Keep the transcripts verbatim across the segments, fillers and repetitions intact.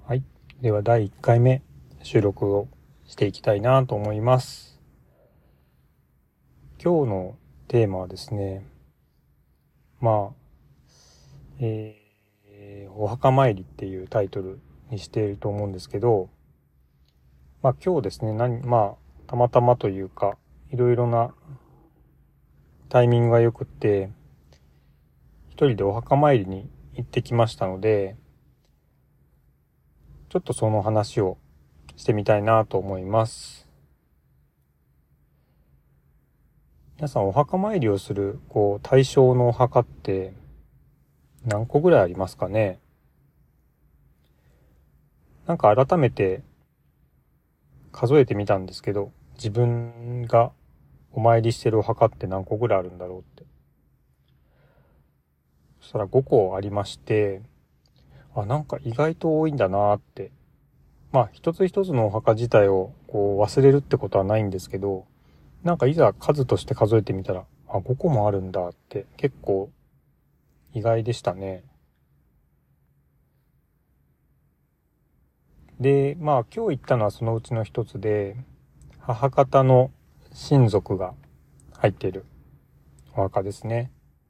はい。ではだいいっかいめ収録をしていきたいなと思います。今日のテーマはですね、まあ、えー、お墓参りっていうタイトルにしていると思うんですけど、まあ今日ですね、何、まあ、たまたまというか、いろいろなタイミングが良くって、一人でお墓参りに行ってきましたので、ちょっとその話をしてみたいなと思います。皆さんお墓参りをする、こう、対象のお墓って何個ぐらいありますかね。なんか改めて数えてみたんですけど、自分がお参りしてるお墓って何個ぐらいあるんだろうって。そしたらごこありまして、あ、なんか意外と多いんだなーって。まあ一つ一つのお墓自体をこう忘れるってことはないんですけど、なんかいざ数として数えてみたら、あ、ごこもあるんだって結構意外でしたね。で、まあ今日行ったのはそのうちの一つで、母方の親族が入っているお墓ですね。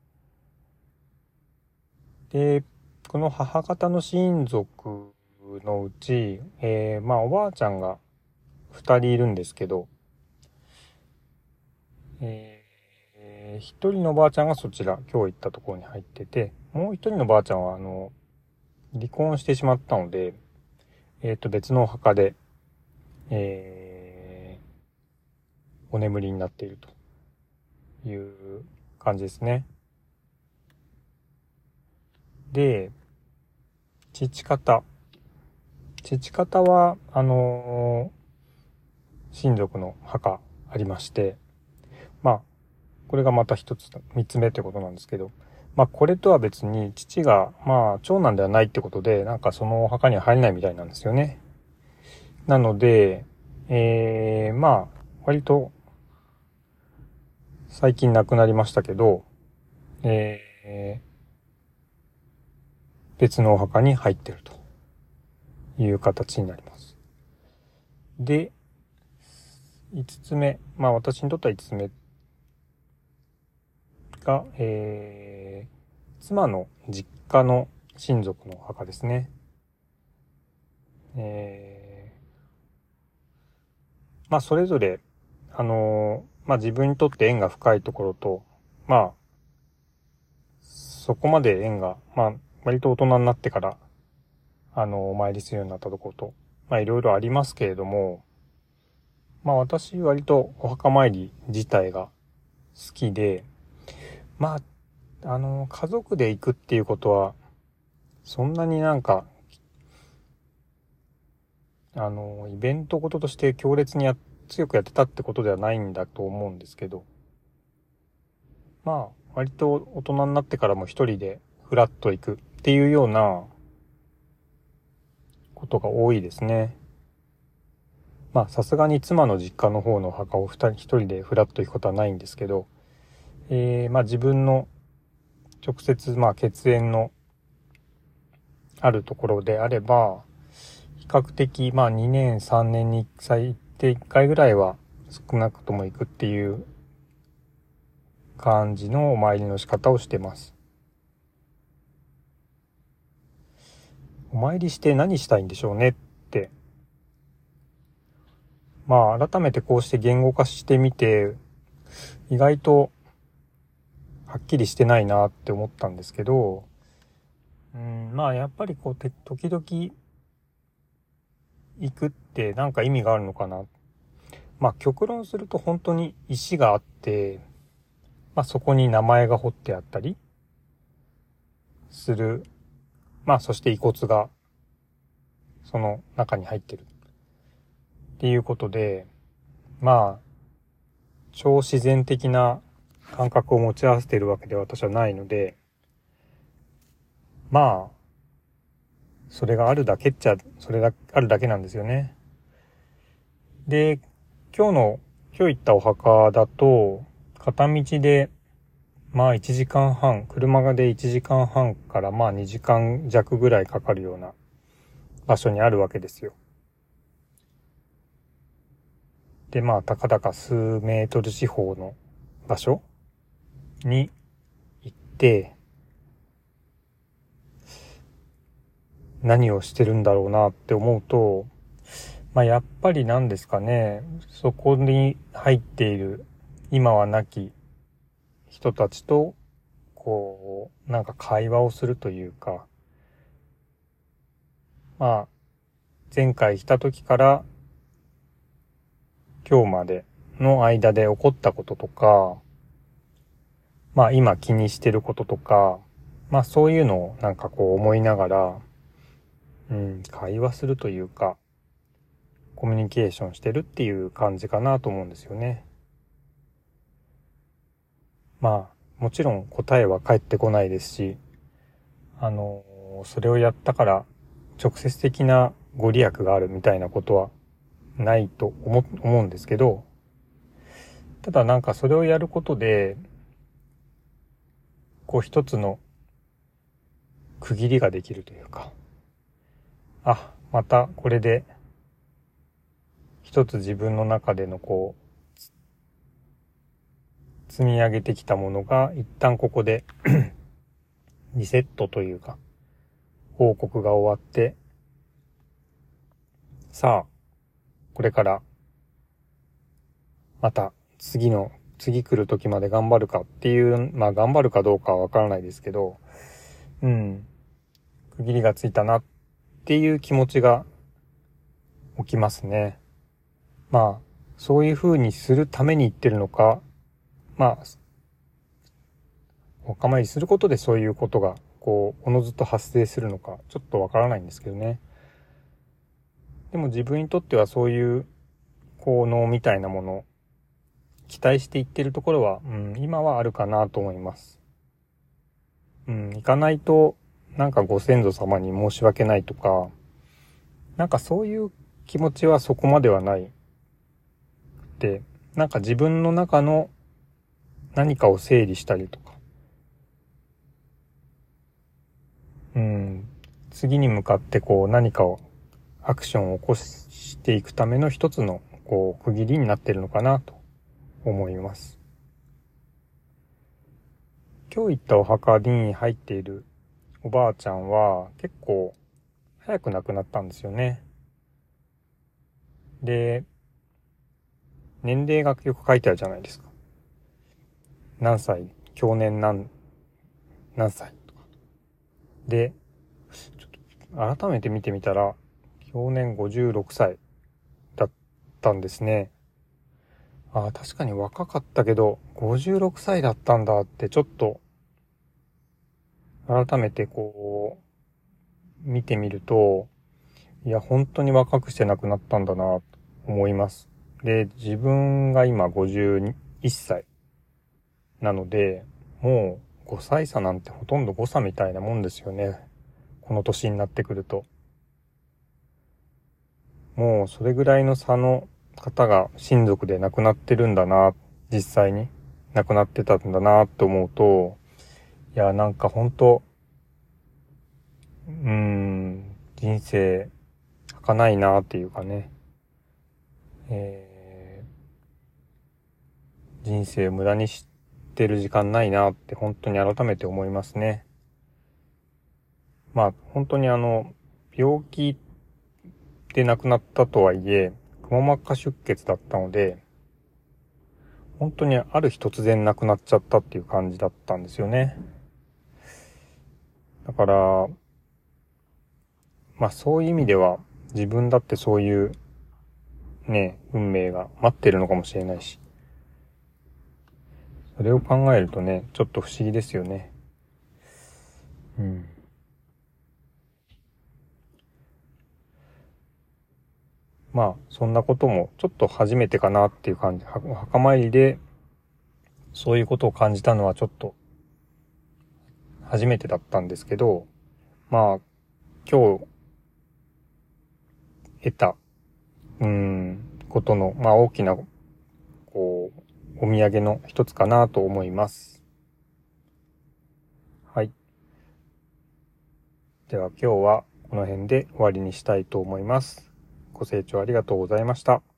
で、この母方の親族のうち、えー、まあおばあちゃんが二人いるんですけど、えー、一人のおばあちゃんがそちら、今日行ったところに入ってて、もう一人のおばあちゃんは、あの、離婚してしまったので、えっと、別のお墓で、えー、お眠りになっているという感じですね。で、父方。父方は、あのー親族の墓ありまして、まあ、これがまた一つ、三つ目ってことなんですけど、まあ、これとは別に父が、まあ、長男ではないってことで、なんかそのお墓には入れないみたいなんですよね。なので、えー、まあ、割と、最近亡くなりましたけど、えー、別のお墓に入っているという形になります。で、五つ目、まあ私にとっては五つ目が、えー、妻の実家の親族のお墓ですね。えー、まあそれぞれ、あのー、まあ自分にとって縁が深いところと、まあ、そこまで縁が、まあ割と大人になってから、あの、お参りするようになったところと、まあいろいろありますけれども、まあ私割とお墓参り自体が好きで、まあ、あの、家族で行くっていうことは、そんなになんか、あの、イベントごととして強烈にや、強くやってたってことではないんだと思うんですけど、まあ、割と大人になってからも一人でフラッと行くっていうようなことが多いですね。まあ、さすがに妻の実家の方のお墓を二人、一人でフラッと行くことはないんですけど、えー、まあ自分の直接、まあ血縁のあるところであれば、比較的、まあにねん、さんねんにいっかい行っていっかいぐらいは少なくとも行くっていう感じのお参りの仕方をしてます。お参りして何したいんでしょうねって。まあ改めてこうして言語化してみて、意外とはっきりしてないなって思ったんですけど、うん、まあやっぱりこう、て時々行くってなんか意味があるのかな。まあ極論すると本当に石があって、まあそこに名前が彫ってあったりする。まあそして遺骨がその中に入ってるっていうことで、まあ超自然的な感覚を持ち合わせているわけでは私はないので、まあそれがあるだけっちゃ、それがあるだけなんですよね。で、今日の、今日行ったお墓だと、片道で、まあいちじかんはん、車がでいちじかんはんからまあにじかん弱ぐらいかかるような場所にあるわけですよ。で、まあ、たかだか数メートル四方の場所に行って、何をしてるんだろうなって思うと、まあ、やっぱりなんですかね、そこに入っている今は亡き人たちと、こう、なんか会話をするというか、まあ、前回来た時から今日までの間で起こったこととか、まあ今気にしてることとか、まあそういうのをなんかこう思いながら、うん、会話するというか、コミュニケーションしてるっていう感じかなと思うんですよね。まあ、もちろん答えは返ってこないですし、あの、それをやったから直接的なご利益があるみたいなことはないと思、思うんですけど、ただなんかそれをやることで、こう一つの区切りができるというか、あ、またこれで一つ自分の中でのこう、積み上げてきたものが一旦ここでリセットというか、報告が終わって、さあ、これからまた次の、次来る時まで頑張るかっていう、まあ頑張るかどうかはわからないですけど、うん、区切りがついたなっていう気持ちが起きますね。まあ、そういう風にするために言ってるのか、まあ、お構いすることでそういうことが、こう、おのずと発生するのか、ちょっとわからないんですけどね。でも自分にとってはそういう効能みたいなもの、期待していってるところは、うん、今はあるかなと思います。うん、行かないと、なんかご先祖様に申し訳ないとか、なんかそういう気持ちはそこまではない。で、なんか自分の中の何かを整理したりとか、うん、次に向かってこう何かをアクションを起こしていくための一つのこう区切りになっているのかなと思います。今日行ったお墓に入っているおばあちゃんは結構早く亡くなったんですよね。で、年齢がよく書いてあるじゃないですか。何歳、去年何、何歳とか。で、ちょっと改めて見てみたら、去年ごじゅうろくさいだったんですね。ああ、確かに若かったけど、ごじゅうろくさいだったんだってちょっと、改めてこう、見てみると、いや、本当に若くして亡くなったんだな、と思います。で、自分が今ごじゅういっさいなので、もうごさい差なんてほとんど誤差みたいなもんですよね。この年になってくると。もうそれぐらいの差の方が親族で亡くなってるんだな、実際に亡くなってたんだなと思うと、いや、なんかほんと、うーん、人生、儚いなっていうかね、えー、人生無駄にしてる時間ないなって本当に改めて思いますね。まあ、本当にあの、病気で亡くなったとはいえ、くも膜下出血だったので、本当にある日突然亡くなっちゃったっていう感じだったんですよね。だから、まあそういう意味では自分だってそういうね、運命が待ってるのかもしれないし、それを考えるとね、ちょっと不思議ですよね。うん。まあそんなこともちょっと初めてかなっていう感じ。お墓参りでそういうことを感じたのはちょっと初めてだったんですけど、まあ今日得た、うーん、ことの、まあ大きな、こう、お土産の一つかなと思います。はい。では今日はここの辺で終わりにしたいと思います。ご清聴ありがとうございました。